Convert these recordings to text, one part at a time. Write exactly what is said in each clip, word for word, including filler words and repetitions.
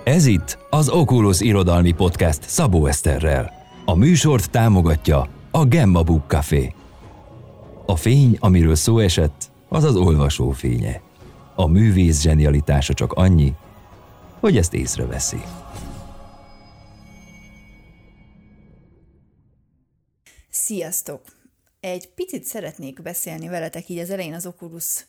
Ez itt az Oculus irodalmi podcast Szabó Eszterrel. A műsort támogatja a Gemma Book Café. A fény, amiről szó esett, az az olvasó fénye. A művész zsenialitása csak annyi, hogy ezt észreveszi. Sziasztok! Egy picit szeretnék beszélni veletek így az elején az Oculus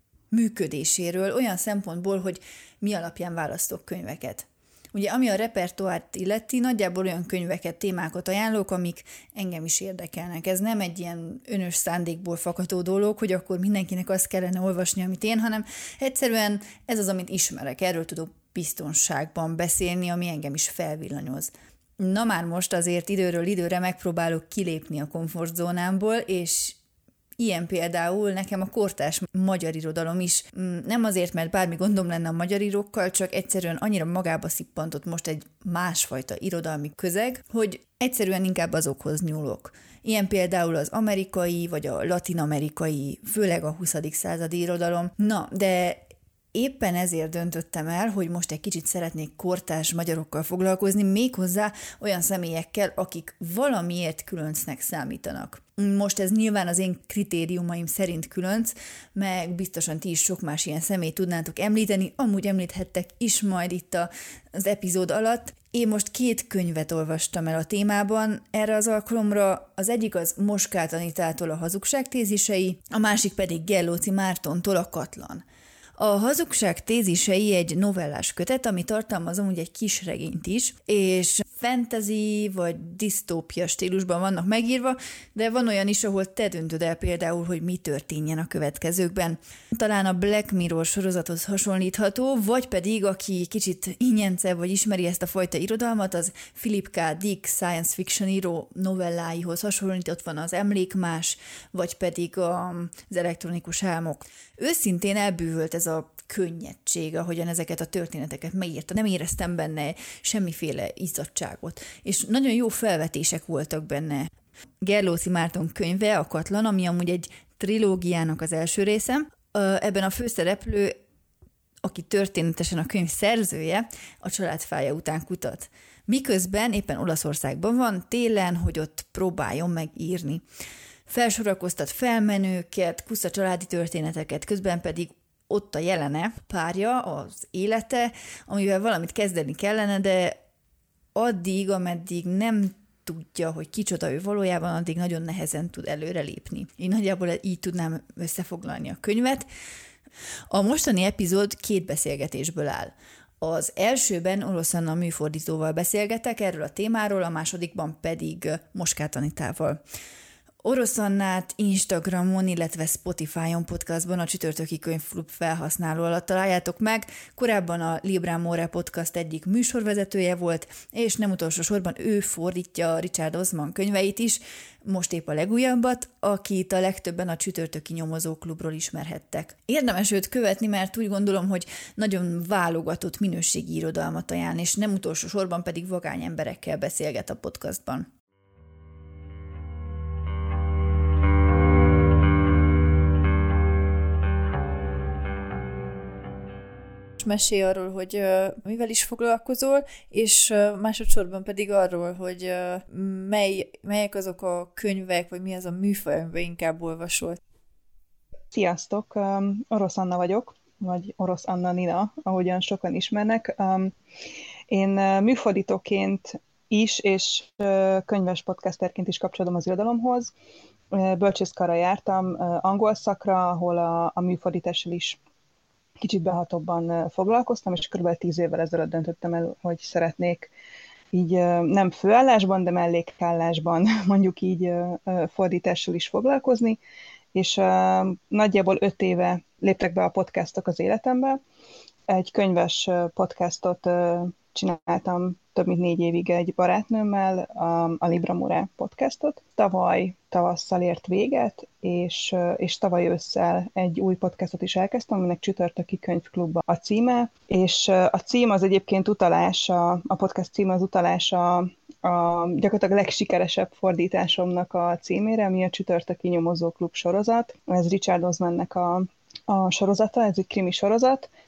működéséről, olyan szempontból, hogy mi alapján választok könyveket. Ugye, ami a repertoárt illeti, nagyjából olyan könyveket, témákat ajánlok, amik engem is érdekelnek. Ez nem egy ilyen önös szándékból fakadó dolog, hogy akkor mindenkinek azt kellene olvasni, amit én, hanem egyszerűen ez az, amit ismerek, erről tudok biztonságban beszélni, ami engem is felvillanyoz. Na már most azért időről időre megpróbálok kilépni a komfortzónámból, és ilyen például nekem a kortárs magyar irodalom is. Nem azért, mert bármi gondom lenne a magyar írókkal, csak egyszerűen annyira magába szippantott most egy másfajta irodalmi közeg, hogy egyszerűen inkább azokhoz nyúlok. Ilyen például az amerikai, vagy a latin-amerikai, főleg a huszadik századi irodalom. Na, de éppen ezért döntöttem el, hogy most egy kicsit szeretnék kortárs magyarokkal foglalkozni, méghozzá olyan személyekkel, akik valamiért különcnek számítanak. Most ez nyilván az én kritériumaim szerint különc, meg biztosan ti is sok más ilyen személyt tudnátok említeni, amúgy említhettek is majd itt a, az epizód alatt. Én most két könyvet olvastam el a témában erre az alkalomra, az egyik az Moskát Anitától a Hazugság tézisei, a másik pedig Gellóci Mártontól a Katlan. A Hazugság tézisei egy novellás kötet, ami tartalmaz amúgy egy kis regényt is, és fantasy vagy disztópia stílusban vannak megírva, de van olyan is, ahol te döntöd el például, hogy mi történjen a következőkben. Talán a Black Mirror sorozathoz hasonlítható, vagy pedig, aki kicsit ingyencebb, vagy ismeri ezt a fajta irodalmat, az Philip K. Dick science fiction író novelláihoz hasonlít, ott van az Emlékmás, vagy pedig az Elektronikus álmok. Őszintén elbűvölt ez a könnyedség, ahogyan ezeket a történeteket megírta. Nem éreztem benne semmiféle izzadtságot, és nagyon jó felvetések voltak benne. Gellóci Márton könyve, a Katlan, ami amúgy egy trilógiának az első része. Ebben a főszereplő, aki történetesen a könyv szerzője, a családfája után kutat. Miközben éppen Olaszországban van, télen, hogy ott próbáljon meg írni. Felsorakoztat felmenőket, kusza családi történeteket, közben pedig ott a jelene, párja, az élete, amivel valamit kezdeni kellene, de addig, ameddig nem tudja, hogy kicsoda ő valójában, addig nagyon nehezen tud előrelépni. Én nagyjából így tudnám összefoglalni a könyvet. A mostani epizód két beszélgetésből áll. Az elsőben Orosz Anna műfordítóval beszélgetek erről a témáról, a másodikban pedig Moskát Anitával. Orosz Annát Instagramon, illetve Spotify-on podcastban a Csütörtöki Könyvklub felhasználó alatt találjátok meg. Korábban a Libra More podcast egyik műsorvezetője volt, és nem utolsó sorban ő fordítja Richard Osman könyveit is, most épp a legújabbat, akit a legtöbben a Csütörtöki Nyomozóklubról ismerhettek. Érdemes őt követni, mert úgy gondolom, hogy nagyon válogatott minőségi irodalmat ajánl, és nem utolsó sorban pedig vagány emberekkel beszélget a podcastban. Mesélj arról, hogy uh, mivel is foglalkozol, és uh, másodszorban pedig arról, hogy uh, mely, melyek azok a könyvek, vagy mi az a műfaj, amiben inkább olvasol. Sziasztok! Um, Orosz Anna vagyok, vagy Orosz Anna Nina, ahogyan sokan ismernek. Um, én uh, műfordítóként is, és uh, könyves podcasterként is kapcsolódom az irodalomhoz. Uh, bölcsészkarra jártam uh, angol szakra, ahol a, a műfordítással is kicsit behatóbban foglalkoztam, és kb. tíz évvel ezelőtt döntöttem el, hogy szeretnék így nem főállásban, de mellékállásban mondjuk így fordítással is foglalkozni, és nagyjából öt éve léptek be a podcastok az életembe. Egy könyves podcastot csináltam több mint négy évig egy barátnőmmel, a, a Libra More podcastot. Tavaly tavasszal ért véget, és, és tavaly ősszel egy új podcastot is elkezdtem, aminek Csütörtöki Könyvklubba a címe, és a cím az egyébként utalása, a podcast cím az utalása a gyakorlatilag legsikeresebb fordításomnak a címére, ami a Csütörtöki Nyomozóklub sorozat. Ez Richard Osmannek a, a sorozata, ez egy krimi sorozat,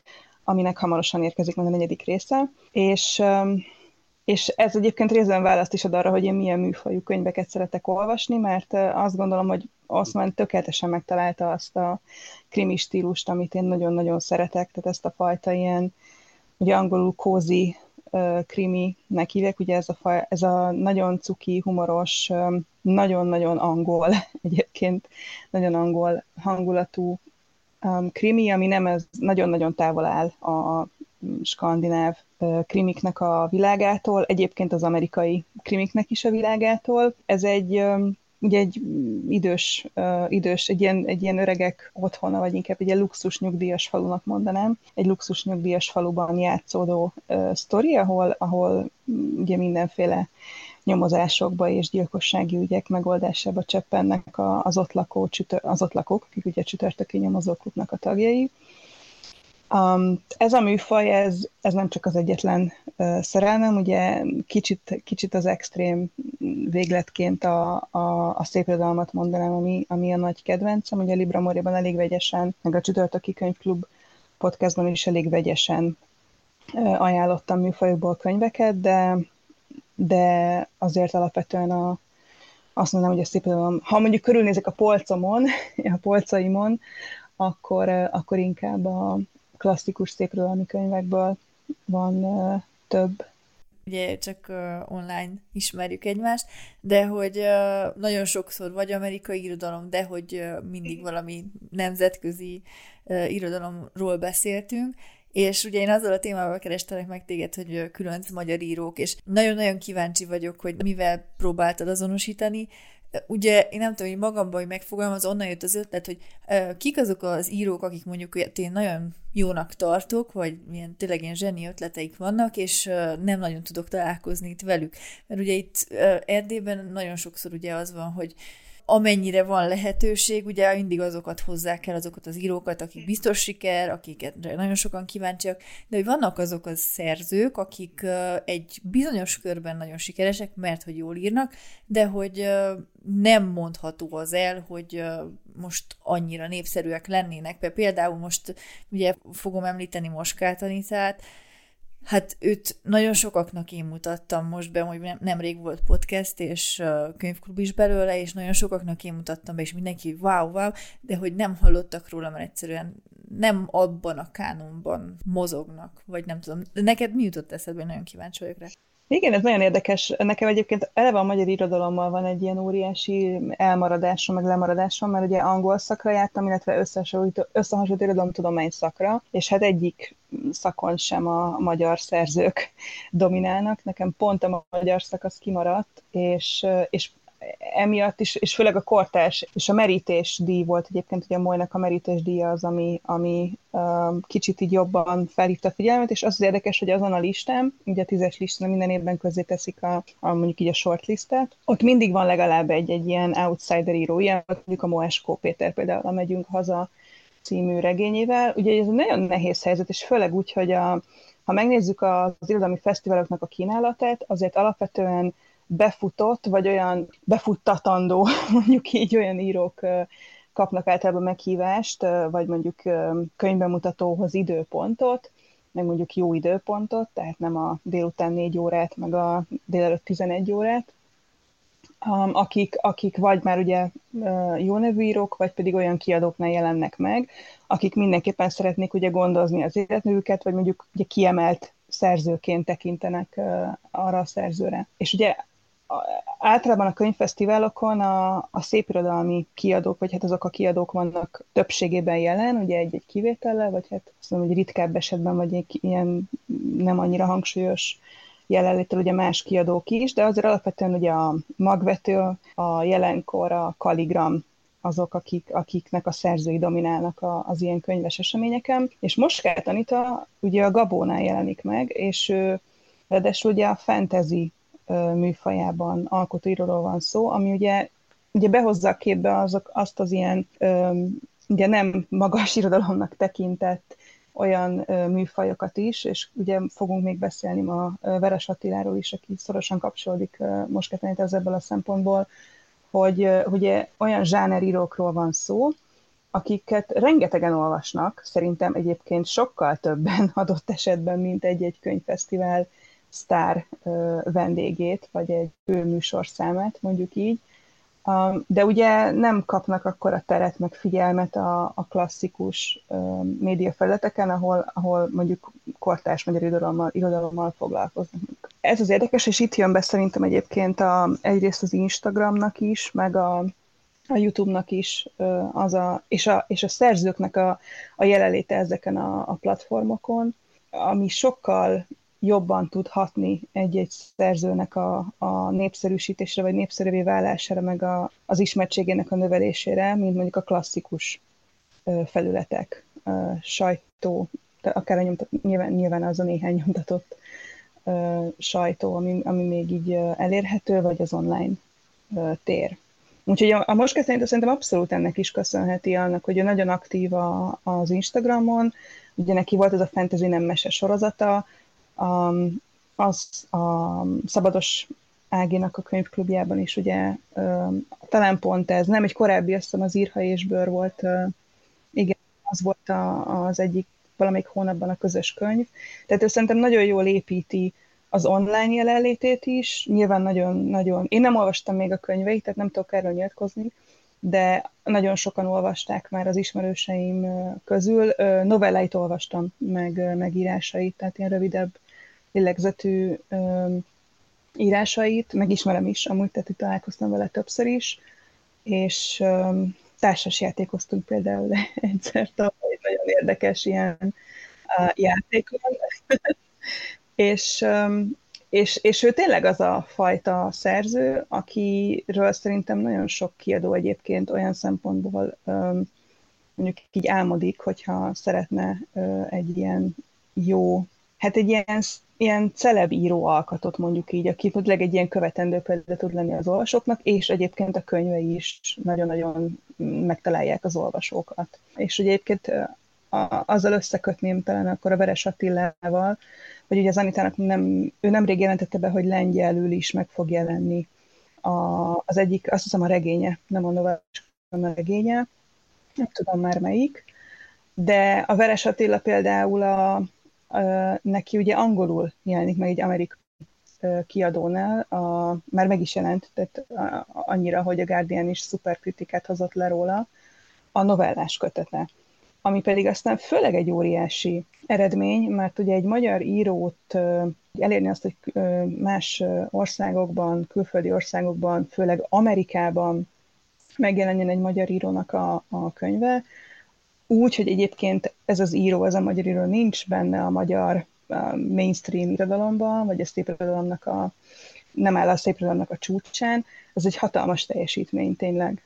aminek hamarosan érkezik meg a negyedik része, és, és ez egyébként részben választ is ad arra, hogy én milyen műfajú könyveket szeretek olvasni, mert azt gondolom, hogy Osman tökéletesen megtalálta azt a krimi stílust, amit én nagyon-nagyon szeretek, tehát ezt a fajta ilyen, ugye angolul cozy kriminek hívják, ugye ez a, faj, ez a nagyon cuki, humoros, nagyon-nagyon angol, egyébként nagyon angol hangulatú um, krimi, ami nem ez nagyon-nagyon távol áll a skandináv uh, krimiknek a világától, egyébként az amerikai krimiknek is a világától. Ez egy um, ugye egy idős, uh, idős egy, ilyen, egy ilyen öregek otthona, vagy inkább egy ilyen luxus nyugdíjas falunak mondanám, egy luxus nyugdíjas faluban játszódó uh, sztori, ahol, ahol ugye mindenféle nyomozásokba és gyilkossági ügyek megoldásába csöppennek az ott, lakó, az ott lakók, akik ugye csütörtöki nyomozóklubnak a tagjai. Um, ez a műfaj, ez, ez nem csak az egyetlen uh, szerelmem, ugye kicsit, kicsit az extrém végletként a, a, a szépirodalmat mondanám, ami, ami a nagy kedvencem. Ugye a Libra Moriban elég vegyesen, meg a Csütörtöki Könyvklub podcastban is elég vegyesen uh, ajánlottam műfajokból könyveket, de, de azért alapvetően a, azt mondanám, hogy a szépirodalom, ha mondjuk körülnézek a polcomon, a polcaimon, akkor, uh, akkor inkább a klasszikus szépirodalmi könyvekből van uh, több. Ugye csak uh, online ismerjük egymást, de hogy uh, nagyon sokszor vagy amerikai irodalom, de hogy uh, mindig valami nemzetközi uh, irodalomról beszéltünk, és ugye én azzal a témával kerestelek meg téged, hogy uh, különc magyar írók, és nagyon-nagyon kíváncsi vagyok, hogy mivel próbáltad azonosítani. Ugye én nem tudom, hogy magamban, hogy megfogalmaz, onnan jött az ötlet, hogy uh, kik azok az írók, akik mondjuk én nagyon jónak tartok, vagy milyen tényleg ilyen zseni ötleteik vannak, és uh, nem nagyon tudok találkozni itt velük. Mert ugye itt uh, Erdélyben nagyon sokszor ugye az van, hogy amennyire van lehetőség, ugye mindig azokat hozzák el, azokat az írókat, akik biztos siker, akiket nagyon sokan kíváncsiak, de hogy vannak azok a szerzők, akik uh, egy bizonyos körben nagyon sikeresek, mert hogy jól írnak, de hogy uh, nem mondható az el, hogy uh, most annyira népszerűek lennének. Például most ugye fogom említeni Moskát Anitát. Hát őt nagyon sokaknak én mutattam most be, hogy nemrég volt podcast, és uh, könyvklub is belőle, és nagyon sokaknak én mutattam be, és mindenki wow, wow, de hogy nem hallottak róla, mert egyszerűen nem abban a kánonban mozognak, vagy nem tudom. De neked mi jutott eszedbe? Nagyon kíváncsi vagyok rá. Igen, ez nagyon érdekes. Nekem egyébként eleve a magyar irodalommal van egy ilyen óriási elmaradásom, meg lemaradásom, mert ugye angol szakra jártam, illetve összehasonlító, összehasonlító irodalomtudomány szakra, és hát egyik szakon sem a magyar szerzők dominálnak. Nekem pont a magyar szakasz kimaradt, és, és emiatt is, és főleg a kortárs és a merítés díj volt egyébként, ugye a Molynak a merítés díja az, ami, ami uh, kicsit így jobban felhívta a figyelmet, és az az érdekes, hogy azon a listán, ugye a tízes listán minden évben közzé teszik a, a, mondjuk így a shortlistet, ott mindig van legalább egy, egy ilyen outsider író, ilyen mondjuk a Moeskó Péter például, a Megyünk haza című regényével. Ugye ez egy nagyon nehéz helyzet, és főleg úgy, hogy a, ha megnézzük az irodalmi fesztiváloknak a kínálatát, azért alapvetően befutott, vagy olyan befuttatandó, mondjuk így olyan írók kapnak általában meghívást, vagy mondjuk könyvbemutatóhoz időpontot, meg mondjuk jó időpontot, tehát nem a délután négy órát, meg a délelőtt tizenegy órát, akik, akik vagy már ugye jó nevű írók, vagy pedig olyan kiadóknál jelennek meg, akik mindenképpen szeretnék ugye gondozni az életművüket, vagy mondjuk ugye kiemelt szerzőként tekintenek arra a szerzőre. És ugye általában a könyvfesztiválokon a, a szépirodalmi kiadók, vagy hát azok a kiadók vannak többségében jelen, ugye egy-egy kivétellel, vagy hát azt mondom, hogy ritkább esetben, vagy egy ilyen nem annyira hangsúlyos jelenléttel ugye más kiadók is, de azért alapvetően ugye a Magvető, a Jelenkor, a Kaligram azok, akik, akiknek a szerzői dominálnak a, az ilyen könyves eseményeken. És Moskát Anita ugye a Gabónál jelenik meg, és ő ráadásul ugye a fantasy műfajában alkotóíróról van szó, ami ugye, ugye behozza a képbe azok, azt az ilyen ugye nem magas irodalomnak tekintett olyan műfajokat is, és ugye fogunk még beszélni ma Veres Attiláról is, aki szorosan kapcsolódik Moskát Anitához ebből a szempontból, hogy ugye olyan zsánerírókról van szó, akiket rengetegen olvasnak, szerintem egyébként sokkal többen adott esetben, mint egy-egy könyvfesztivál sztár vendégét, vagy egy főműsorszámát, mondjuk így. De ugye nem kapnak akkora teret, meg figyelmet a, a klasszikus médiafelületeken, ahol, ahol mondjuk kortárs magyar irodalommal, irodalommal foglalkoznak. Ez az érdekes, és itt jön be szerintem egyébként a, egyrészt az Instagramnak is, meg a, a YouTube-nak is, az a, és, a, és a szerzőknek a, a jelenléte ezeken a, a platformokon, ami sokkal jobban tud hatni egy-egy szerzőnek a, a népszerűsítésre, vagy népszerűvé válására, meg a, az ismertségének a növelésére, mint mondjuk a klasszikus felületek, sajtó, akár a nyomtat, nyilván, nyilván az a néhány nyomtatott sajtó, ami, ami még így elérhető, vagy az online tér. Úgyhogy a, a Moska szerintem abszolút ennek is köszönheti annak, hogy ő nagyon aktív a, az Instagramon, ugye neki volt ez a Fantasy nem mese sorozata, Um, az a Szabados Áginak a könyvklubjában is, ugye, um, talán pont ez, nem egy korábbi, azt hiszem az Írha és Bőr volt, uh, igen, az volt a, az egyik valamelyik hónapban a közös könyv. Tehát ő szerintem nagyon jól építi az online jelenlétét is, nyilván nagyon-nagyon, én nem olvastam még a könyveit, tehát nem tudok erről nyilatkozni, de nagyon sokan olvasták már az ismerőseim közül. Novelláit olvastam, meg, meg írásait, tehát ilyen rövidebb lélegzetű írásait, megismerem is, amúgy, tehát itt találkoztam vele többször is, és um, társas játékoztunk például egyszer, egy nagyon érdekes ilyen uh, játékon, és, um, és, és ő tényleg az a fajta szerző, akiről szerintem nagyon sok kiadó egyébként olyan szempontból um, mondjuk így álmodik, hogyha szeretne uh, egy ilyen jó, hát egy ilyen, ilyen celeb író alkatot mondjuk így, aki tényleg egy ilyen követendő példa tud lenni az olvasóknak, és egyébként a könyvei is nagyon-nagyon megtalálják az olvasókat. És ugye egyébként a, azzal összekötném talán akkor a Veres Attilával, hogy ugye az Anitának nem, ő nemrég jelentette be, hogy lengyelül is meg fog jelenni a, az egyik, azt hiszem a regénye, nem a novella, hanem a regénye, nem tudom már melyik, de a Veres Attila például a Uh, neki ugye angolul jelenik meg egy amerikai uh, kiadónál, a, már meg is jelent, tehát uh, annyira, hogy a Guardian is szuper kritikát hozott le róla, a novellás kötete, ami pedig aztán főleg egy óriási eredmény, mert ugye egy magyar írót uh, elérni azt, hogy uh, más országokban, külföldi országokban, főleg Amerikában megjelenjen egy magyar írónak a, a könyve, úgy, hogy egyébként ez az író, ez a magyar író nincs benne a magyar uh, mainstream irodalomban, vagy a szépirodalomnak a, nem áll a szépirodalomnak a csúcsán, ez egy hatalmas teljesítmény tényleg.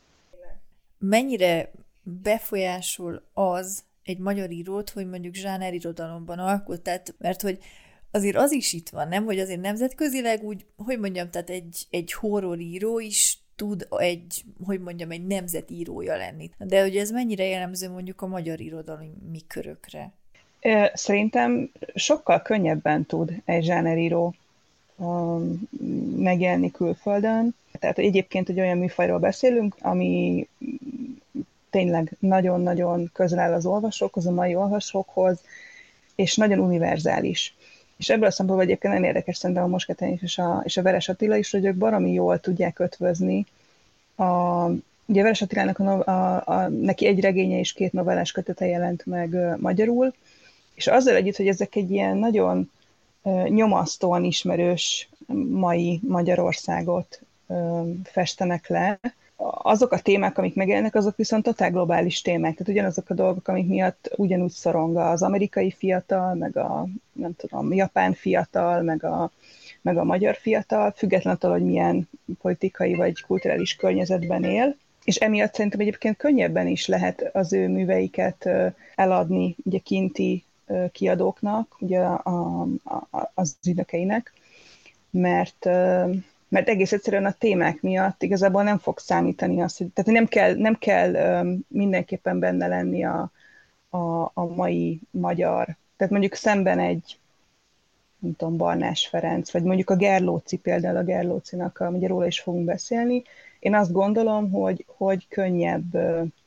Mennyire befolyásol az egy magyar írót, hogy mondjuk zsánerirodalomban alkot, tehát, mert hogy azért az is itt van, nem? Hogy azért nemzetközileg úgy, hogy mondjam, tehát egy, egy horror író is tud egy, hogy mondjam, egy nemzetírója lenni. De hogy ez mennyire jellemző mondjuk a magyar irodalmi körökre? Szerintem sokkal könnyebben tud egy zsáneríró um, megjelenni külföldön. Tehát egyébként egy olyan műfajról beszélünk, ami tényleg nagyon-nagyon közel áll az olvasókhoz, a mai olvasókhoz, és nagyon univerzális. És ebből a szempontból egyébként nagyon érdekes szerintem a Mosketén és a, és a Veres Attila is, hogy ők baromi jól tudják ötvözni. A, ugye a Veres Attilának a, a, a, neki egy regénye és két novellás kötete jelent meg uh, magyarul, és azzal együtt, hogy ezek egy ilyen nagyon uh, nyomasztóan ismerős mai Magyarországot uh, festenek le, azok a témák, amik megjelennek, azok viszont totál globális témák. Tehát ugyanazok a dolgok, amik miatt ugyanúgy szorong az amerikai fiatal, meg a, nem tudom, japán fiatal, meg a, meg a magyar fiatal, függetlenül attól, hogy milyen politikai vagy kulturális környezetben él. És emiatt szerintem egyébként könnyebben is lehet az ő műveiket eladni ugye kinti kiadóknak, ugye a, a, az ügynökeinek, mert mert egész egyszerűen a témák miatt igazából nem fog számítani azt, hogy tehát nem kell, nem kell mindenképpen benne lenni a, a, a mai magyar. Tehát mondjuk szemben egy, nem tudom, Barnás Ferenc, vagy mondjuk a Gerlóci például, a Gerlócinak, ugye róla is fogunk beszélni. Én azt gondolom, hogy, hogy könnyebb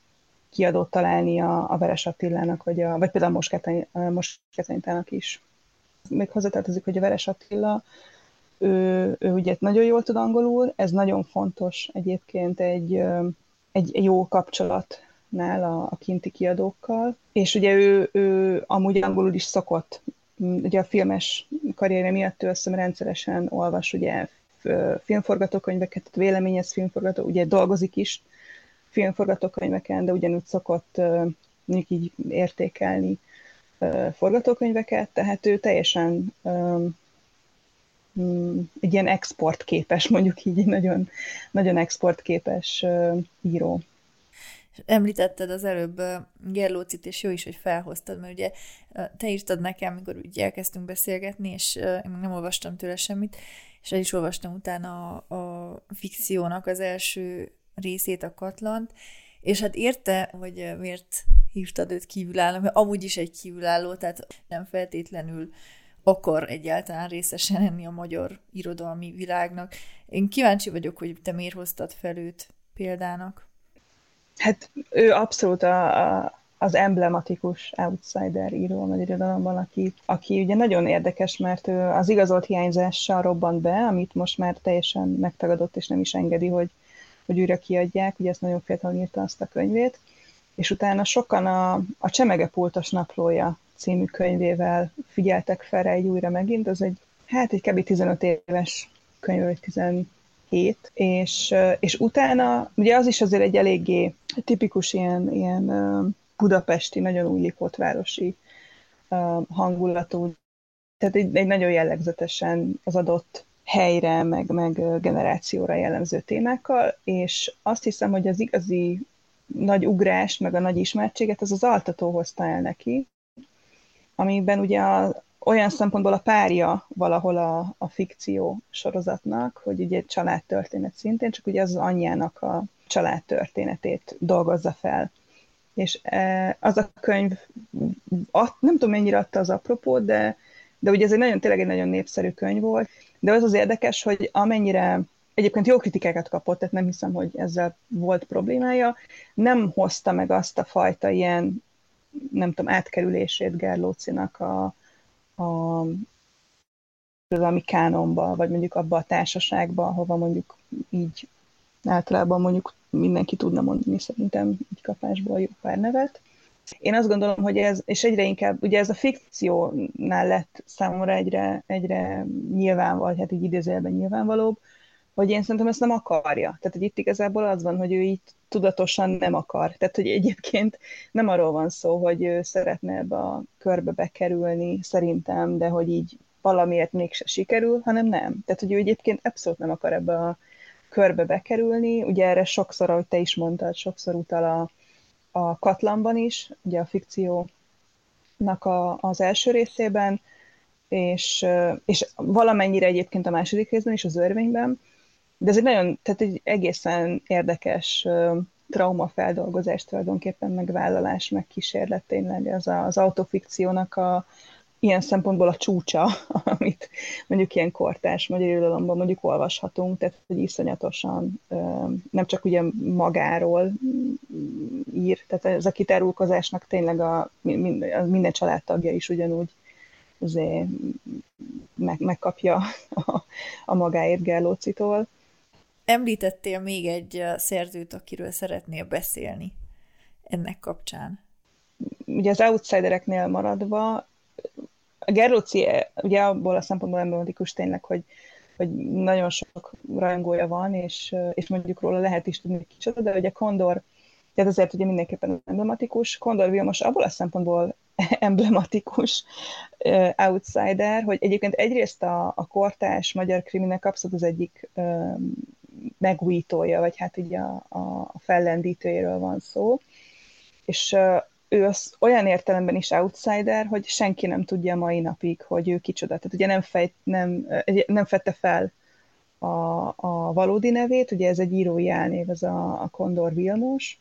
kiadót találni a, a Veres Attilának, vagy, a, vagy például a Moskátanitának is. Még hozzátartozik, hogy a Veres Attila, ő, ő ugye nagyon jól tud angolul, ez nagyon fontos egyébként egy, egy jó kapcsolatnál a, a kinti kiadókkal, és ugye ő, ő amúgy angolul is szokott, ugye a filmes karrierje miatt ő azt hiszem rendszeresen olvas ugye filmforgatókönyveket, véleményez filmforgató, ugye dolgozik is filmforgatókönyveken, de ugyanúgy szokott mondjuk így értékelni forgatókönyveket, tehát ő teljesen egy ilyen exportképes, mondjuk így, egy nagyon, nagyon exportképes író. Említetted az előbb Gerlócit, és jó is, hogy felhoztad, mert ugye te írtad nekem, amikor ugye elkezdtünk beszélgetni, és én még nem olvastam tőle semmit, és el is olvastam utána a, a fikciónak az első részét, a Katlant, és hát érte, hogy miért hívtad őt kívülálló, mert amúgy is egy kívülálló, tehát nem feltétlenül akar egyáltalán részesen lenni a magyar irodalmi világnak. Én kíváncsi vagyok, hogy te miért hoztad fel őt példának. Hát ő abszolút a, a, az emblematikus outsider író a magyar irodalomban, aki, aki ugye nagyon érdekes, mert ő az igazolt hiányzással robbant be, amit most már teljesen megtagadott, és nem is engedi, hogy, hogy újra kiadják. Ugye ezt nagyon fiatalon írta azt a könyvét. És utána sokan a, a Csemegepultos naplója című könyvével figyeltek fel rá egy újra megint. Ez egy, hát egy kb. tizenöt éves könyv, vagy tizenhét, és, és utána, ugye az is azért egy eléggé tipikus ilyen, ilyen budapesti, nagyon új Lipótvárosi hangulatú, tehát egy, egy nagyon jellegzetesen az adott helyre, meg, meg generációra jellemző témákkal, és azt hiszem, hogy az igazi nagy ugrást, meg a nagy ismertséget, az az Altató hozta el neki, amiben ugye a, olyan szempontból a párja valahol a, a fikció sorozatnak, hogy ugye családtörténet szintén, csak ugye az, az anyjának a családtörténetét dolgozza fel. És az a könyv, nem tudom mennyire adta az apropót, de, de ugye ez egy nagyon, tényleg egy nagyon népszerű könyv volt, de az az érdekes, hogy amennyire egyébként jó kritikákat kapott, tehát nem hiszem, hogy ezzel volt problémája, nem hozta meg azt a fajta ilyen, nem tudom, átkerülését Gerlócinak a, a az ami kánonba, vagy mondjuk abba a társaságba, ahova mondjuk így általában mondjuk mindenki tudna mondani szerintem így kapásból jó pár nevet. Én azt gondolom, hogy ez, és egyre inkább, ugye ez a fikciónál lett számomra egyre, egyre nyilvánvaló, hát így idézőjelben nyilvánvalóbb, hogy én szerintem ezt nem akarja. Tehát, hogy itt igazából az van, hogy ő így tudatosan nem akar. Tehát, hogy egyébként nem arról van szó, hogy ő szeretne ebbe a körbe bekerülni, szerintem, de hogy így valamiért mégse sikerül, hanem nem. Tehát, hogy ő egyébként abszolút nem akar ebbe a körbe bekerülni. Ugye erre sokszor, ahogy te is mondtad, sokszor utal a, a Katlanban is, ugye a fikciónak a, az első részében, és, és valamennyire egyébként a második részben is, az Örvényben, de ez egy nagyon, tehát egy egészen érdekes uh, traumafeldolgozás tulajdonképpen, megvállalás, meg kísérlet tényleg. Ez a, az autofikciónak a, ilyen szempontból a csúcsa, amit mondjuk ilyen kortárs magyar irodalomban mondjuk olvashatunk, tehát hogy iszonyatosan uh, nem csak ugye magáról ír, tehát ez a kitárulkozásnak tényleg a, minden, minden családtagja is ugyanúgy azért meg, megkapja a, a magáért Gerlócitól. Említettél még egy szerzőt, akiről szeretnél beszélni ennek kapcsán. Ugye az outsidereknél maradva, a Gerlóci ugye abból a szempontból emblematikus tényleg, hogy, hogy nagyon sok rajongója van, és, és mondjuk róla lehet is tudni, hogy kicsoda, de ugye Kondor, tehát azért ugye mindenképpen emblematikus. Kondor Vilmos abból a szempontból emblematikus uh, outsider, hogy egyébként egyrészt a, a kortárs magyar kriminek abszolút az egyik uh, megújítója, vagy hát így a, a, a fellendítőjéről van szó, és uh, ő az olyan értelemben is outsider, hogy senki nem tudja mai napig, hogy ő kicsoda. Tehát ugye nem, fejt, nem, nem fette fel a, a valódi nevét, ugye ez egy írói álnév, ez a, a Kondor Vilmos,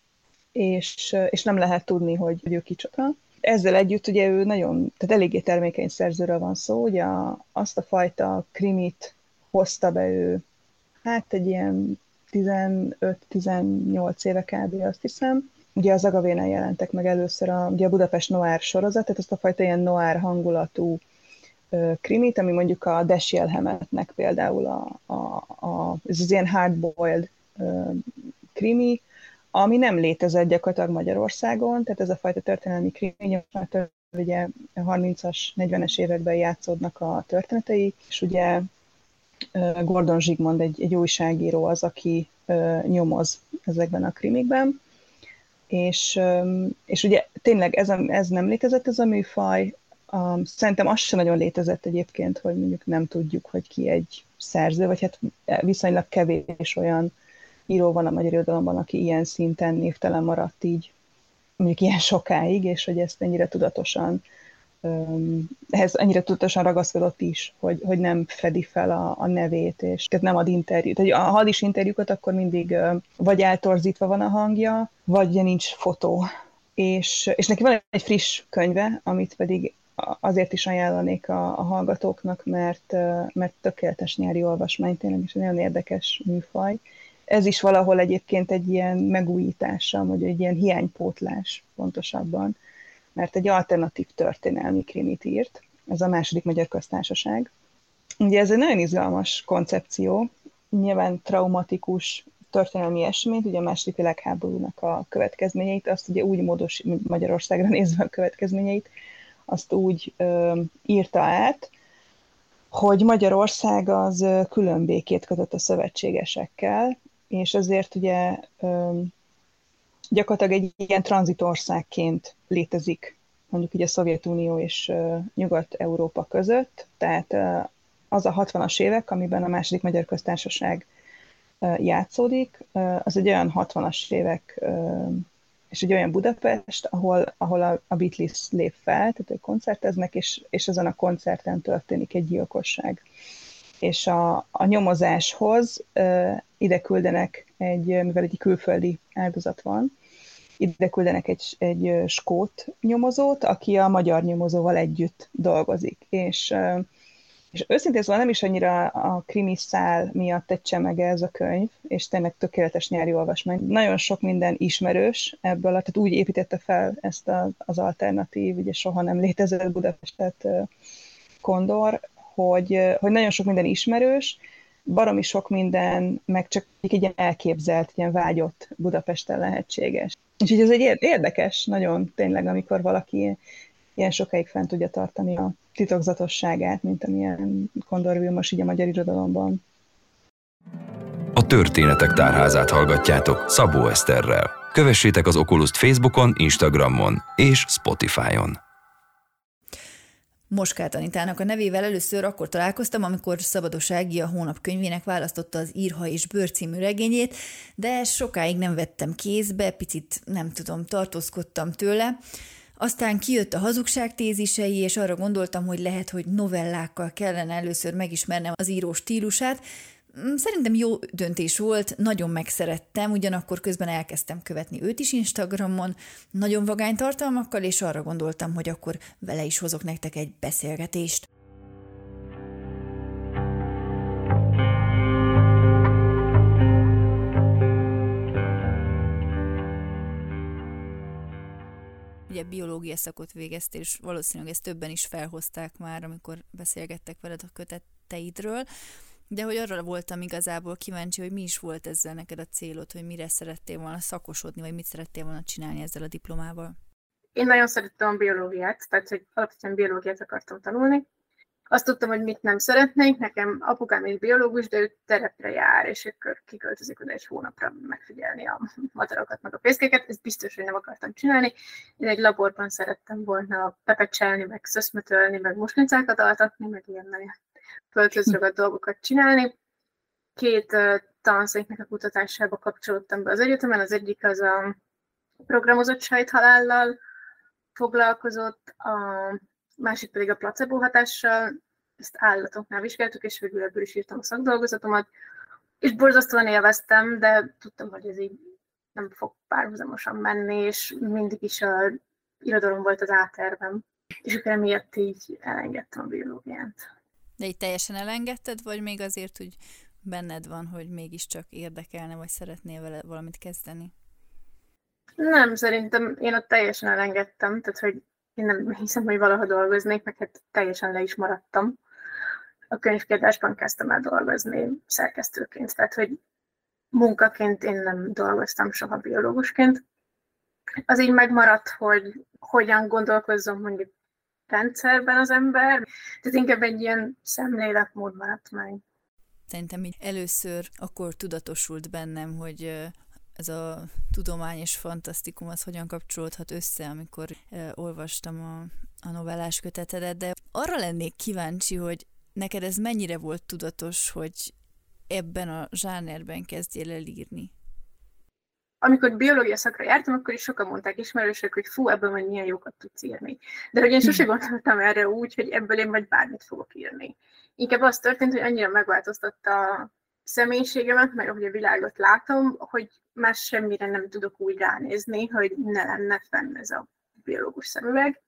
és, és nem lehet tudni, hogy, hogy ő kicsoda. Ezzel együtt ugye ő nagyon, tehát eléggé termékeny szerzőről van szó, ugye a, azt a fajta krimit hozta be ő, hát egy ilyen tizenöt-tizennyolc éve kb. Azt hiszem, ugye az Agavénál jelentek meg először a, ugye a Budapest Noir sorozat, tehát ezt a fajta ilyen noir hangulatú ö, krimit, ami mondjuk a Dashiell Hammettnek például a, a, a, ez az ilyen hardboiled ö, krimi, ami nem létezett gyakorlatilag Magyarországon, tehát ez a fajta történelmi krimi, ugye a harmincas, negyvenes években játszódnak a történetei, és ugye Gordon Zsigmond egy, egy újságíró az, aki uh, nyomoz ezekben a krimikben, és, um, és ugye tényleg ez, a, ez nem létezett ez a műfaj, um, szerintem az sem nagyon létezett egyébként, hogy mondjuk nem tudjuk, hogy ki egy szerző, vagy hát viszonylag kevés olyan író van a magyar irodalomban, aki ilyen szinten névtelen maradt így, mondjuk ilyen sokáig, és hogy ezt ennyire tudatosan ehhez annyira tudatosan ragaszkodott is, hogy, hogy nem fedi fel a, a nevét, és tehát nem ad interjút. Tehát, ha ad is interjúkat, akkor mindig vagy eltorzítva van a hangja, vagy ugye nincs fotó. És, és neki van egy friss könyve, amit pedig azért is ajánlanék a, a hallgatóknak, mert, mert tökéletes nyári olvasmány, tényleg is nagyon érdekes műfaj. Ez is valahol egyébként egy ilyen megújítása, vagy egy ilyen hiánypótlás pontosabban, mert egy alternatív történelmi krimit írt, ez a második Magyar Köztársaság. Ugye ez egy nagyon izgalmas koncepció, nyilván traumatikus történelmi eseményt, ugye a második világháborúnak a következményeit, azt ugye úgy módos, Magyarországra nézve a következményeit, azt úgy ö, írta át, hogy Magyarország az külön békét kötött a szövetségesekkel, és ezért ugye ö, gyakorlatilag egy ilyen tranzitországként létezik mondjuk ugye a Szovjetunió és uh, Nyugat-Európa között, tehát uh, az a hatvanas évek, amiben a második Magyar Köztársaság uh, játszódik, uh, az egy olyan hatvanas évek, uh, és egy olyan Budapest, ahol, ahol a, a Beatles lép fel, tehát ők koncerteznek, és, és ezen a koncerten történik egy gyilkosság. És a, a nyomozáshoz uh, ide küldenek egy, mivel egy külföldi áldozat van, ide küldenek egy, egy skót nyomozót, aki a magyar nyomozóval együtt dolgozik. És, és őszintén szóval nem is annyira a krimi szál miatt egy csemege ez a könyv, és tényleg tökéletes nyári olvasmány. Nagyon sok minden ismerős ebből, tehát úgy építette fel ezt a, az alternatív, ugye soha nem létezett Budapestet Kondor, hogy, hogy nagyon sok minden ismerős, baromi sok minden, meg csak egy ilyen elképzelt, ilyen vágyott Budapesten lehetséges. Úgyhogy ez egy érdekes, nagyon tényleg, amikor valaki ilyen sokáig fent tudja tartani a titokzatosságát, mint amilyen Kondor Vilmos így a magyar irodalomban. A Történetek Tárházát hallgatjátok Szabó Eszterrel. Kövessétek az Oculuszt Facebookon, Instagramon és Spotify-on. Moskát Anitának a nevével először akkor találkoztam, amikor Szabados Ági a Hónap könyvének választotta az Írha és Bőr című regényét, de sokáig nem vettem kézbe, picit nem tudom, tartózkodtam tőle. Aztán kijött a Hazugság tézisei, és arra gondoltam, hogy lehet, hogy novellákkal kellene először megismernem az író stílusát. Szerintem jó döntés volt, nagyon megszerettem, ugyanakkor közben elkezdtem követni őt is Instagramon, nagyon vagány tartalmakkal, és arra gondoltam, hogy akkor vele is hozok nektek egy beszélgetést. Ugye biológia szakot végeztél, és valószínűleg ezt többen is felhozták már, amikor beszélgettek veled a köteteidről. De hogy arra voltam igazából kíváncsi, hogy mi is volt ezzel neked a célod, hogy mire szerettél volna szakosodni, vagy mit szerettél volna csinálni ezzel a diplomával? Én nagyon szerettem a biológiát, tehát hogy alapvetően biológiát akartam tanulni. Azt tudtam, hogy mit nem szeretnék, nekem apukám is biológus, de ő terepre jár, és akkor kiköltözik oda egy hónapra megfigyelni a madarakat, meg a fészkéket, ezt biztos, hogy nem akartam csinálni. Én egy laborban szerettem volna pepecselni, meg szöszmötölni, meg muslincákat altatni, meg ilyen nagyon földhözragadt dolgokat csinálni. Két uh, tanszéknek a kutatásába kapcsolódtam be az egyetemen, az egyik az a programozott sejthalállal foglalkozott, a másik pedig a placebo hatással, ezt állatoknál vizsgáltuk, és végül ebből is írtam a szakdolgozatomat, és borzasztóan élveztem, de tudtam, hogy ez így nem fog párhuzamosan menni, és mindig is a irodalom volt az átervem, és akkor emiatt így elengedtem a biológiát. De így teljesen elengedted, vagy még azért, hogy benned van, hogy mégiscsak érdekelne, vagy szeretnél vele valamit kezdeni? Nem, szerintem én ott teljesen elengedtem, tehát hogy én nem hiszem, hogy valaha dolgoznék, meg hát teljesen le is maradtam. A könyvkiadásban kezdtem el dolgozni szerkesztőként, tehát hogy munkaként én nem dolgoztam soha biológusként. Az így megmaradt, hogy hogyan gondolkozzon mondjuk rendszerben az ember, tehát inkább egy ilyen szemléletmód maradt meg. Szerintem így először akkor tudatosult bennem, hogy ez a tudomány és fantasztikum az hogyan kapcsolódhat össze, amikor olvastam a, a novellás kötetedet, de arra lennék kíváncsi, hogy neked ez mennyire volt tudatos, hogy ebben a zsánerben kezdjél el írni? Amikor biológia szakra jártam, akkor is sokan mondták ismerősök, hogy fú, ebből majd milyen jókat tudsz írni. De hogy én sose gondoltam erre úgy, hogy ebből én majd bármit fogok írni. Inkább az történt, hogy annyira megváltoztatta a személyiségemet, meg ahogy a világot látom, hogy már semmire nem tudok úgy ránézni, hogy ne lenne fenn ez a biológus szemüveg.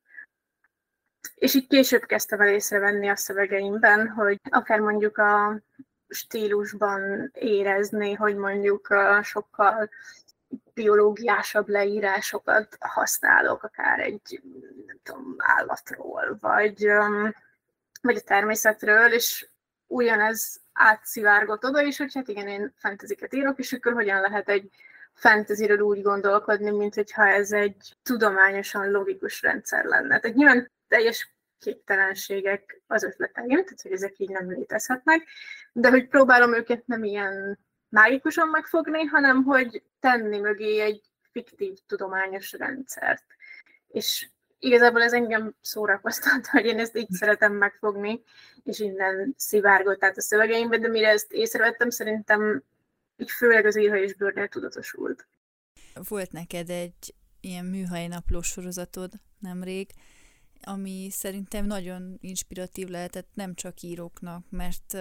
És így később kezdtem el észrevenni a szövegeimben, hogy akár mondjuk a stílusban érezni, hogy mondjuk sokkal biológiásabb leírásokat használok, akár egy nem tudom, állatról, vagy, vagy a természetről, és ugyanez átszivárgott oda is, hogy hát igen, én fantasyket írok, és akkor hogyan lehet egy fantasyről úgy gondolkodni, mint hogyha ez egy tudományosan logikus rendszer lenne. Tehát nyilván teljes képtelenségek az ötleteim, tehát hogy ezek így nem létezhetnek, de hogy próbálom őket nem ilyen mágikusan megfogni, hanem hogy tenni mögé egy fiktív tudományos rendszert. És igazából ez engem szórakoztat, hogy én ezt így szeretem megfogni, és innen szivárgott át a szövegeimbe, de mire ezt észrevettem, szerintem így főleg az Írha és Bőrnél tudatosult. Volt neked egy ilyen műhely naplós sorozatod nemrég, ami szerintem nagyon inspiratív lehetett nem csak íróknak, mert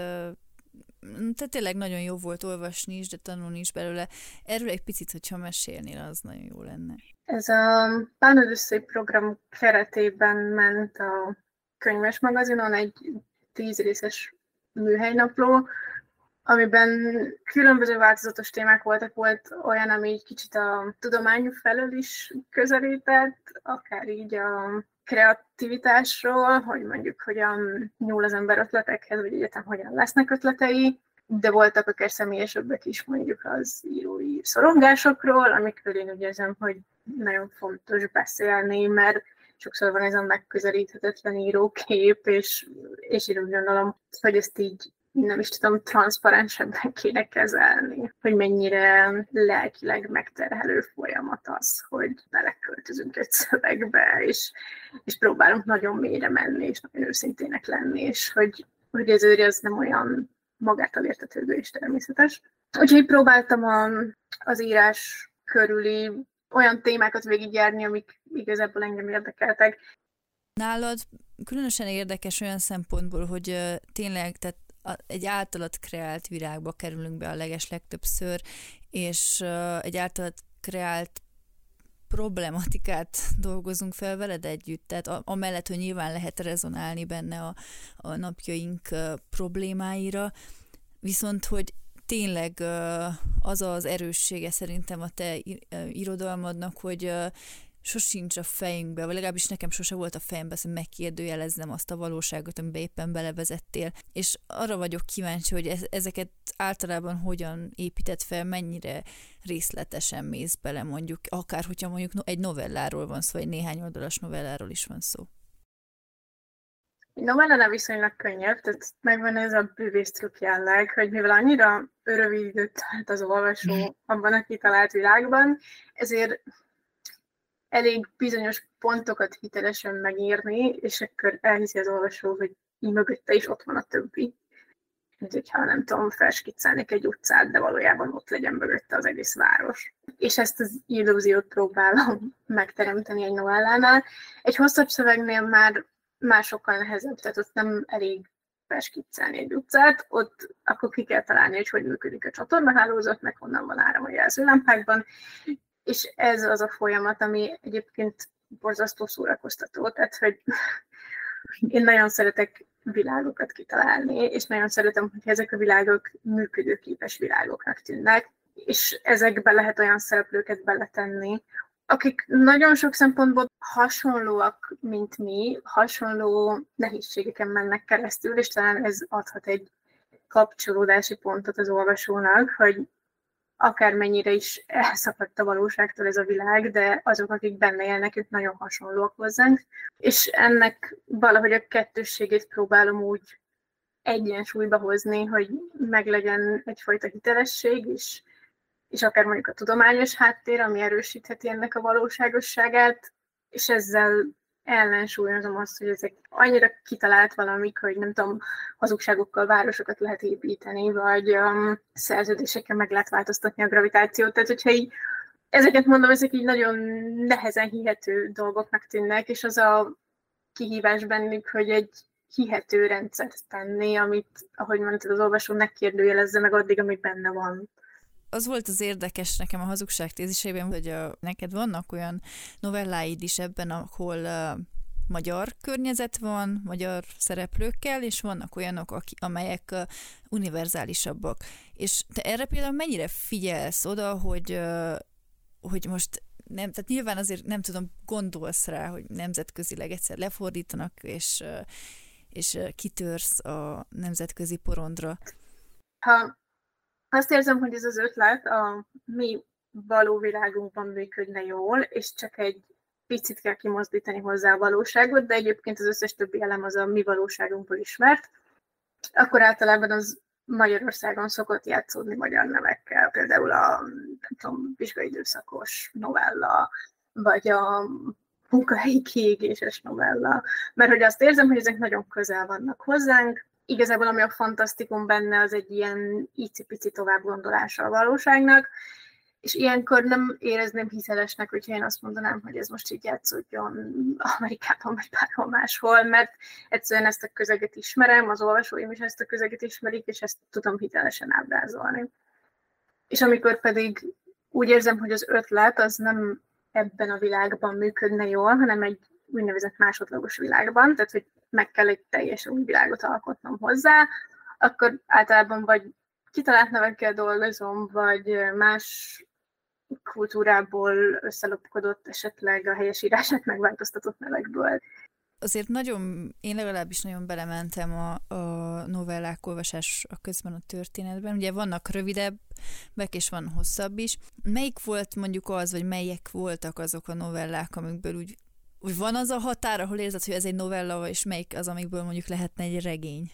tehát tényleg nagyon jó volt olvasni is, de tanulni is belőle. Erről egy picit, hogyha mesélnél, az nagyon jó lenne. Ez a Pánodüsszei program keretében ment a könyves magazinon egy tíz részes műhelynapló, amiben különböző változatos témák voltak. Volt olyan, ami egy kicsit a tudomány felől is közelített, akár így a kreativitásról, hogy mondjuk hogyan nyúl az ember ötletekhez, vagy egyetem hogyan lesznek ötletei, de voltak akár személyesebbek is, mondjuk az írói szorongásokról, amikről én úgy érzem, hogy nagyon fontos beszélni, mert sokszor van ez a megközelíthetetlen írókép, és, és én úgy gondolom, hogy ezt így nem is tudom, transzparensebben kéne kezelni, hogy mennyire lelkileg megterhelő folyamat az, hogy beleköltözünk egy szövegbe, és, és próbálunk nagyon mélyre menni, és nagyon őszintének lenni, és hogy, hogy ez őri az nem olyan magától értetődő és természetes. Úgyhogy próbáltam a, az írás körüli olyan témákat végigjárni, amik igazából engem érdekeltek. Nálad különösen érdekes olyan szempontból, hogy uh, tényleg, tehát egy általad kreált világba kerülünk be a legeslegtöbbször, és uh, egy általad kreált problematikát dolgozunk fel veled együtt, tehát a, amellett, hogy nyilván lehet rezonálni benne a, a napjaink uh, problémáira, viszont hogy tényleg uh, az az erőssége szerintem a te uh, irodalmadnak, hogy uh, sosincs a fejünkbe, vagy legalábbis nekem sose volt a fejembe, hogy megkérdőjelezzem azt a valóságot, amiben éppen belevezettél. És arra vagyok kíváncsi, hogy ezeket általában hogyan épített fel, mennyire részletesen mész bele, mondjuk, akár hogyha mondjuk egy novelláról van szó, vagy néhány oldalas novelláról is van szó. A novellánál viszonylag könnyebb, tehát megvan ez a bűvész trükk jelleg, hogy mivel annyira rövid időt tart az olvasó abban a kitalált világban, ezért elég bizonyos pontokat hitelesen megírni, és akkor elhiszi az olvasó, hogy így mögötte is ott van a többi. Mint hogyha nem tudom, felskiccelnék egy utcát, de valójában ott legyen mögötte az egész város. És ezt az illúziót próbálom megteremteni egy novellánál. Egy hosszabb szövegnél már, már sokkal nehezebb, tehát ott nem elég felskiccelni egy utcát, ott akkor ki kell találni, hogy hogy működik a csatornahálózat, meg honnan van áram a jelzőlámpákban. És ez az a folyamat, ami egyébként borzasztó szórakoztató. Tehát, hogy én nagyon szeretek világokat kitalálni, és nagyon szeretem, hogy ezek a világok működőképes világoknak tűnnek, és ezekbe lehet olyan szereplőket beletenni, akik nagyon sok szempontból hasonlóak, mint mi, hasonló nehézségeken mennek keresztül, és talán ez adhat egy kapcsolódási pontot az olvasónak, hogy akármennyire is elszakadt a valóságtól ez a világ, de azok, akik benne élnek, ők nagyon hasonlóak hozzánk, és ennek valahogy a kettősségét próbálom úgy egyensúlyba hozni, hogy meglegyen egyfajta hitelesség is, és akár mondjuk a tudományos háttér, ami erősítheti ennek a valóságosságát, és ezzel ellensúlyozom azt, hogy ezek annyira kitalált valamik, hogy nem tudom, hazugságokkal városokat lehet építeni, vagy um, szerződésekkel meg lehet változtatni a gravitációt. Tehát, hogyha így ezeket mondom, ezek így nagyon nehezen hihető dolgoknak tűnnek, és az a kihívás bennük, hogy egy hihető rendszert tenni, amit, ahogy mondtad, az olvasó megkérdőjelezze meg addig, ami benne van. Az volt az érdekes nekem a hazugság tézisében, hogy a, neked vannak olyan novelláid is ebben, ahol uh, magyar környezet van, magyar szereplőkkel, és vannak olyanok, aki, amelyek uh, univerzálisabbak. És te erre például mennyire figyelsz oda, hogy, uh, hogy most nem, tehát nyilván azért nem tudom, gondolsz rá, hogy nemzetközileg egyszer lefordítanak, és, uh, és uh, kitörsz a nemzetközi porondra. Ha azt érzem, hogy ez az ötlet a mi való világunkban működne jól, és csak egy picit kell kimozdítani hozzá a valóságot, de egyébként az összes többi elem az a mi valóságunkból ismert, akkor általában az Magyarországon szokott játszódni magyar nevekkel, például a nem tudom, vizsgaidőszakos novella, vagy a munkahelyi kiégéses novella, mert hogy azt érzem, hogy ezek nagyon közel vannak hozzánk. Igazából ami a fantasztikum benne, az egy ilyen icipici továbbgondolása a valóságnak, és ilyenkor nem érezném hitelesnek, hogyha én azt mondanám, hogy ez most így játszódjon Amerikában, vagy bárhol máshol, mert egyszerűen ezt a közeget ismerem, az olvasóim is ezt a közeget ismerik, és ezt tudom hitelesen ábrázolni. És amikor pedig úgy érzem, hogy az ötlet az nem ebben a világban működne jól, hanem egy úgynevezett másodlagos világban, tehát hogy meg kell egy teljesen új világot alkotnom hozzá, akkor általában vagy kitalált nevekkel dolgozom, vagy más kultúrából összelopkodott, esetleg a helyesírását megváltoztatott nevekből. Azért nagyon, én legalábbis nagyon belementem a, a novellák olvasás a közben a történetben. Ugye vannak rövidebbek, és van hosszabb is. Melyik volt mondjuk az, vagy melyek voltak azok a novellák, amikből úgy, úgy van az a határ, ahol érzed, hogy ez egy novella, és melyik az, amikből mondjuk lehetne egy regény?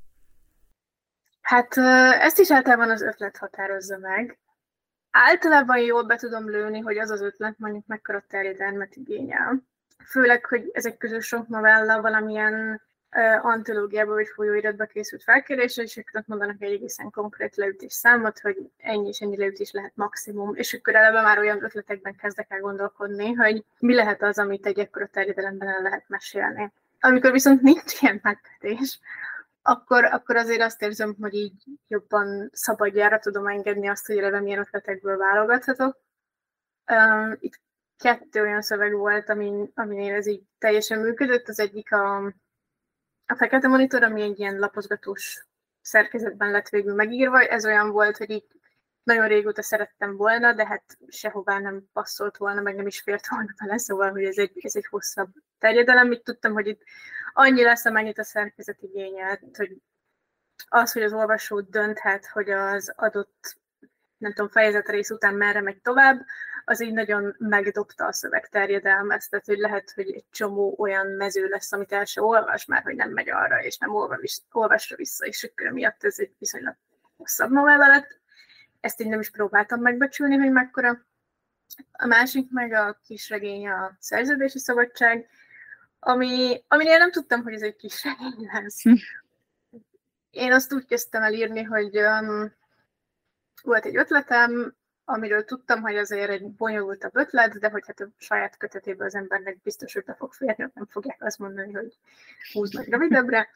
Hát ezt is általában az ötlet határozza meg. Általában jól be tudom lőni, hogy az az ötlet mondjuk mekkora terjedelmet igényel. Főleg, hogy ezek közül sok novella valamilyen uh, antológiába vagy folyóiratba készült felkérésre, és akkor mondanak egy egészen konkrét leütés számot, hogy ennyi és ennyi leütés lehet maximum, és akkor eleve már olyan ötletekben kezdek el gondolkodni, hogy mi lehet az, amit egy ekkora terjedelemben el lehet mesélni. Amikor viszont nincs ilyen megkötés, akkor, akkor azért azt érzem, hogy így jobban szabadjára tudom engedni azt, hogy eleve milyen ötletekből válogathatok. Um, itt kettő olyan szöveg volt, amin, aminél ez így teljesen működött. Az egyik a, a Fekete Monitor, ami egy ilyen lapozgatós szerkezetben lett végül megírva. Ez olyan volt, hogy így nagyon régóta szerettem volna, de hát sehová nem passzolt volna, meg nem is fért volna bele, szóval, hogy ez egy, ez egy hosszabb terjedelem. Így tudtam, hogy itt annyi lesz, amennyit a szerkezet igényelt, hogy az, hogy az olvasó dönthet, hogy az adott, nem tudom, fejezetrész után merre megy tovább, az így nagyon megdobta a szövegterjedelmet, tehát hogy lehet, hogy egy csomó olyan mező lesz, amit el se olvas már, hogy nem megy arra, és nem olvasra vissza, és akkor miatt ez egy viszonylag hosszabb novella lett. Ezt így nem is próbáltam megbecsülni, hogy mekkora. A másik meg a kisregény, a Szerződési Szabadság, ami, aminél nem tudtam, hogy ez egy kisregény lesz. Én azt úgy kezdtem el írni, hogy um, volt egy ötletem, amiről tudtam, hogy azért egy bonyolultabb ötlet, de hogy hát a saját kötetéből az embernek biztos, hogy be fog férni, nem fogják azt mondani, hogy húzd meg rövidebbre.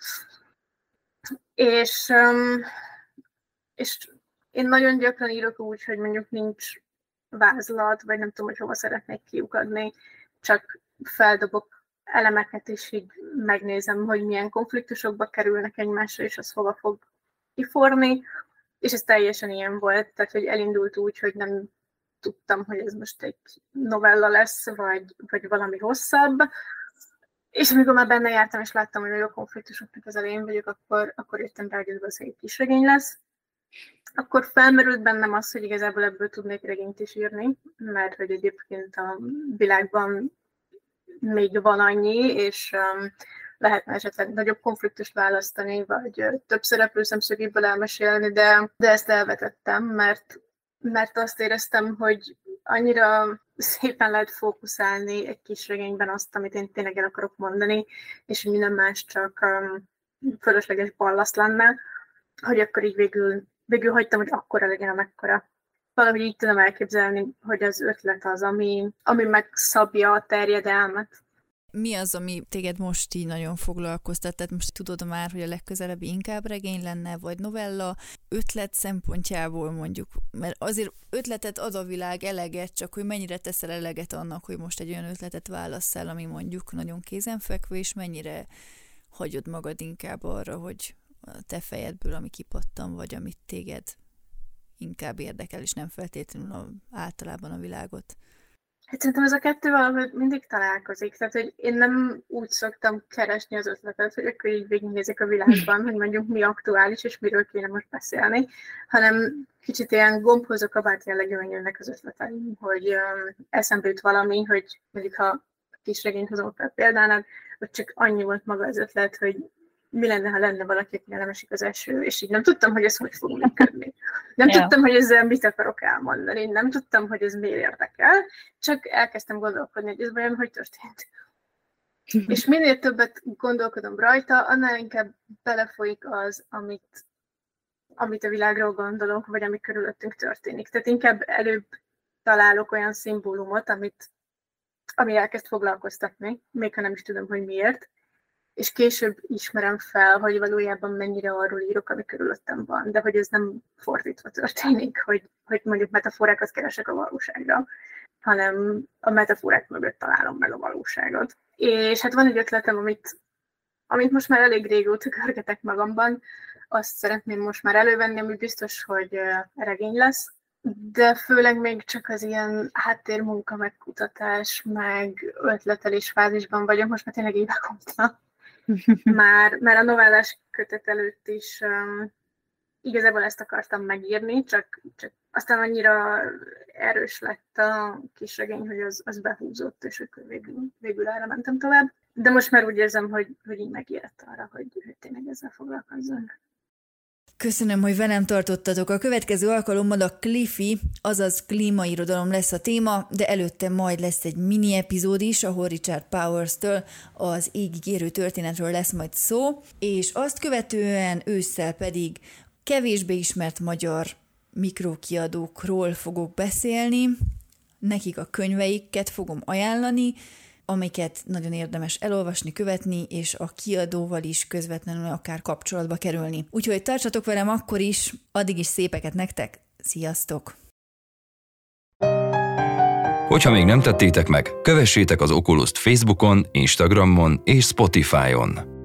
És, um, és én nagyon gyakran írok úgy, hogy mondjuk nincs vázlat, vagy nem tudom, hogy hova szeretnék kiukadni, csak feldobok elemeket, és így megnézem, hogy milyen konfliktusokba kerülnek egymásra, és az hova fog kiforni. És ez teljesen ilyen volt, tehát hogy elindult úgy, hogy nem tudtam, hogy ez most egy novella lesz, vagy, vagy valami hosszabb. És amikor már benne jártam, és láttam, hogy a konfliktusoknak az elején vagyok, akkor, akkor jöttem rá, hogy ez valószínűleg egy kisregény lesz. Akkor felmerült bennem az, hogy igazából ebből tudnék regényt is írni, mert hogy egyébként a világban még van annyi, és um, lehetne esetleg nagyobb konfliktust választani, vagy uh, több szereplő szemszögéből elmesélni, de, de ezt elvetettem, mert, mert azt éreztem, hogy annyira szépen lehet fókuszálni egy kis regényben azt, amit én tényleg el akarok mondani, és minden más csak um, fölösleges ballaszt lenne, hogy akkor így végül, végül hagytam, hogy akkora legyen, amekkora. Valahogy így tudom elképzelni, hogy az ötlet az, ami, ami megszabja a terjedelmet. Mi az, ami téged most így nagyon foglalkoztat? Tehát most tudod már, hogy a legközelebbi inkább regény lenne, vagy novella, ötlet szempontjából mondjuk, mert azért ötletet ad a világ eleget, csak hogy mennyire teszel eleget annak, hogy most egy olyan ötletet válasszál, ami mondjuk nagyon kézenfekvő, és mennyire hagyod magad inkább arra, hogy a te fejedből, ami kipattan, vagy amit téged inkább érdekel, és nem feltétlenül a, általában a világot. Hát szerintem ez a kettő valahogy mindig találkozik. Tehát, hogy én nem úgy szoktam keresni az ötletet, hogy akkor így végignézek a világban, hogy mondjuk mi aktuális, és miről kéne most beszélni, hanem kicsit ilyen gombhoz a kabát jellegűen jönnek az ötleteim, hogy um, eszembe jut valami, hogy mondjuk ha kis regényt hozom fel példának, hogy csak annyi volt maga az ötlet, hogy mi lenne, ha lenne valaki, akinek nem esik az eső, és így nem tudtam, hogy ez hogy fog működni. Nem yeah. tudtam, hogy ezzel mit akarok elmondani, nem tudtam, hogy ez miért érdekel, csak elkezdtem gondolkodni, hogy ez vajon hogy történt. És minél többet gondolkodom rajta, annál inkább belefolyik az, amit, amit a világról gondolok, vagy ami körülöttünk történik. Tehát inkább előbb találok olyan szimbólumot, amit, ami elkezd foglalkoztatni, még ha nem is tudom, hogy miért, és később ismerem fel, hogy valójában mennyire arról írok, ami körülöttem van, de hogy ez nem fordítva történik, hogy, hogy mondjuk metaforákat keresek a valóságra, hanem a metaforák mögött találom meg a valóságot. És hát van egy ötletem, amit, amit most már elég régóta körgetek magamban, azt szeretném most már elővenni, ami biztos, hogy regény lesz, de főleg még csak az ilyen háttérmunka, meg kutatás, meg ötletelés fázisban vagyok, most már tényleg évek óta. Már, már a novellás kötet előtt is um, igazából ezt akartam megírni, csak, csak aztán annyira erős lett a kis regény, hogy az, az behúzott, és akkor végül, végül erre mentem tovább. De most már úgy érzem, hogy, hogy így megérett arra, hogy, hogy tényleg ezzel foglalkozzunk. Köszönöm, hogy velem tartottatok. A következő alkalommal a Cliffy, azaz klímairodalom lesz a téma, de előtte majd lesz egy mini epizód is, ahol Richard Powers-től az égigérő történetről lesz majd szó, és azt követően ősszel pedig kevésbé ismert magyar mikrokiadókról fogok beszélni, nekik a könyveiket fogom ajánlani, amiket nagyon érdemes elolvasni, követni, és a kiadóval is közvetlenül akár kapcsolatba kerülni. Úgyhogy tartsatok velem akkor is, addig is szépeket nektek, sziasztok! Hogyha még nem tettétek meg, kövessétek az Oculust Facebookon, Instagramon és Spotify-on.